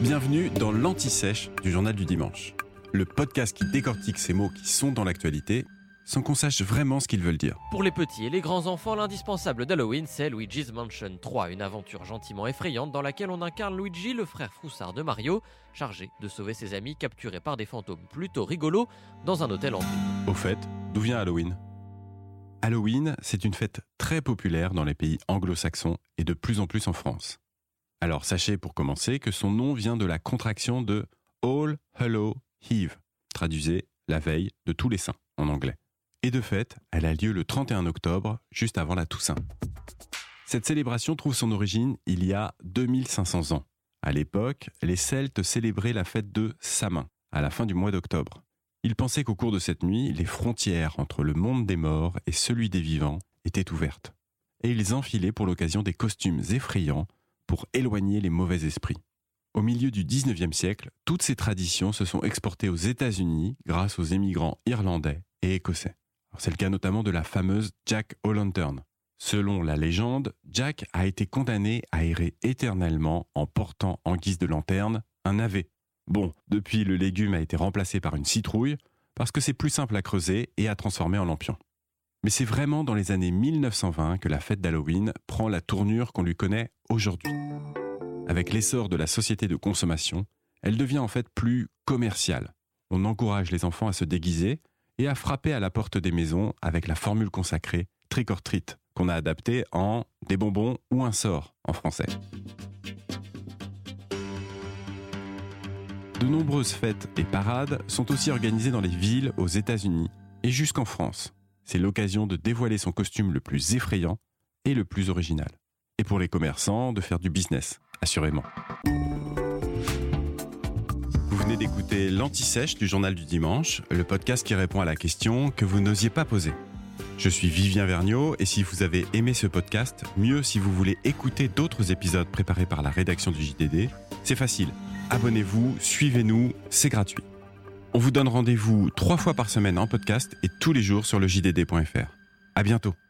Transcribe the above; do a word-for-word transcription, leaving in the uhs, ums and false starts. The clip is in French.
Bienvenue dans l'Anti-Sèche du Journal du Dimanche, le podcast qui décortique ces mots qui sont dans l'actualité sans qu'on sache vraiment ce qu'ils veulent dire. Pour les petits et les grands enfants, l'indispensable d'Halloween, c'est Luigi's Mansion trois, une aventure gentiment effrayante dans laquelle on incarne Luigi, le frère froussard de Mario, chargé de sauver ses amis capturés par des fantômes plutôt rigolos dans un hôtel hanté. Au fait, d'où vient Halloween ? Halloween, c'est une fête très populaire dans les pays anglo-saxons et de plus en plus en France. Alors sachez pour commencer que son nom vient de la contraction de All Hallow Eve, traduisez la veille de tous les saints en anglais. Et de fait, elle a lieu le trente et un octobre, juste avant la Toussaint. Cette célébration trouve son origine il y a deux mille cinq cents ans. À l'époque, les Celtes célébraient la fête de Samin, à la fin du mois d'octobre. Ils pensaient qu'au cours de cette nuit, les frontières entre le monde des morts et celui des vivants étaient ouvertes. Et ils enfilaient pour l'occasion des costumes effrayants pour éloigner les mauvais esprits. Au milieu du dix-neuvième siècle, toutes ces traditions se sont exportées aux États-Unis grâce aux émigrants irlandais et écossais. Alors, c'est le cas notamment de la fameuse Jack O'Lantern. Selon la légende, Jack a été condamné à errer éternellement en portant en guise de lanterne un navet. Bon, depuis le légume a été remplacé par une citrouille parce que c'est plus simple à creuser et à transformer en lampion. Mais c'est vraiment dans les années mille neuf cent vingt que la fête d'Halloween prend la tournure qu'on lui connaît aujourd'hui. Avec l'essor de la société de consommation, elle devient en fait plus commerciale. On encourage les enfants à se déguiser et à frapper à la porte des maisons avec la formule consacrée « trick or treat » qu'on a adaptée en « des bonbons ou un sort » en français. De nombreuses fêtes et parades sont aussi organisées dans les villes aux États-Unis et jusqu'en France. C'est l'occasion de dévoiler son costume le plus effrayant et le plus original. Et pour les commerçants, de faire du business, assurément. Vous venez d'écouter l'Anti-Sèche du Journal du Dimanche, le podcast qui répond à la question que vous n'osiez pas poser. Je suis Vivien Vergniaud et si vous avez aimé ce podcast, mieux si vous voulez écouter d'autres épisodes préparés par la rédaction du J D D, c'est facile. Abonnez-vous, suivez-nous, c'est gratuit. On vous donne rendez-vous trois fois par semaine en podcast et tous les jours sur le j d d point f r. À bientôt.